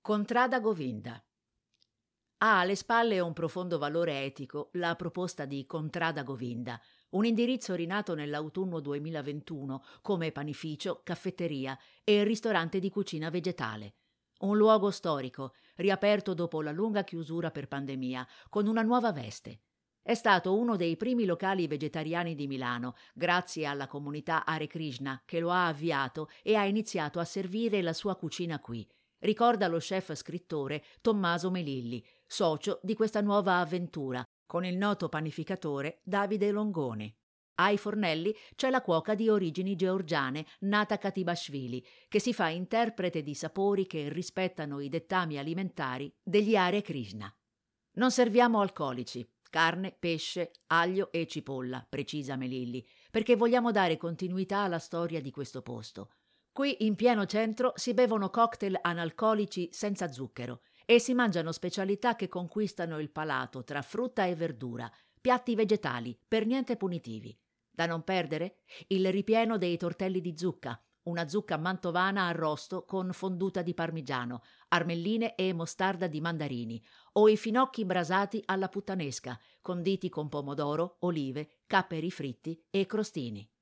Contrada Govinda. Ha alle spalle un profondo valore etico la proposta di Contrada Govinda, un indirizzo rinato nell'autunno 2021 come panificio, caffetteria e ristorante di cucina vegetale. Un luogo storico, riaperto dopo la lunga chiusura per pandemia, con una nuova veste. È stato uno dei primi locali vegetariani di Milano, grazie alla comunità Hare Krishna che lo ha avviato e ha iniziato a servire la sua cucina qui, ricorda lo chef scrittore Tommaso Melilli, socio di questa nuova avventura, con il noto panificatore Davide Longone. Ai fornelli c'è la cuoca di origini georgiane Nata Katibashvili, che si fa interprete di sapori che rispettano i dettami alimentari degli Hare Krishna. Non serviamo alcolici, carne, pesce, aglio e cipolla, precisa Melilli, perché vogliamo dare continuità alla storia di questo posto. Qui in pieno centro si bevono cocktail analcolici senza zucchero e si mangiano specialità che conquistano il palato tra frutta e verdura, piatti vegetali per niente punitivi. Da non perdere? Il ripieno dei tortelli di zucca, una zucca mantovana arrosto con fonduta di parmigiano, armelline e mostarda di mandarini, o i finocchi brasati alla puttanesca, conditi con pomodoro, olive, capperi fritti e crostini.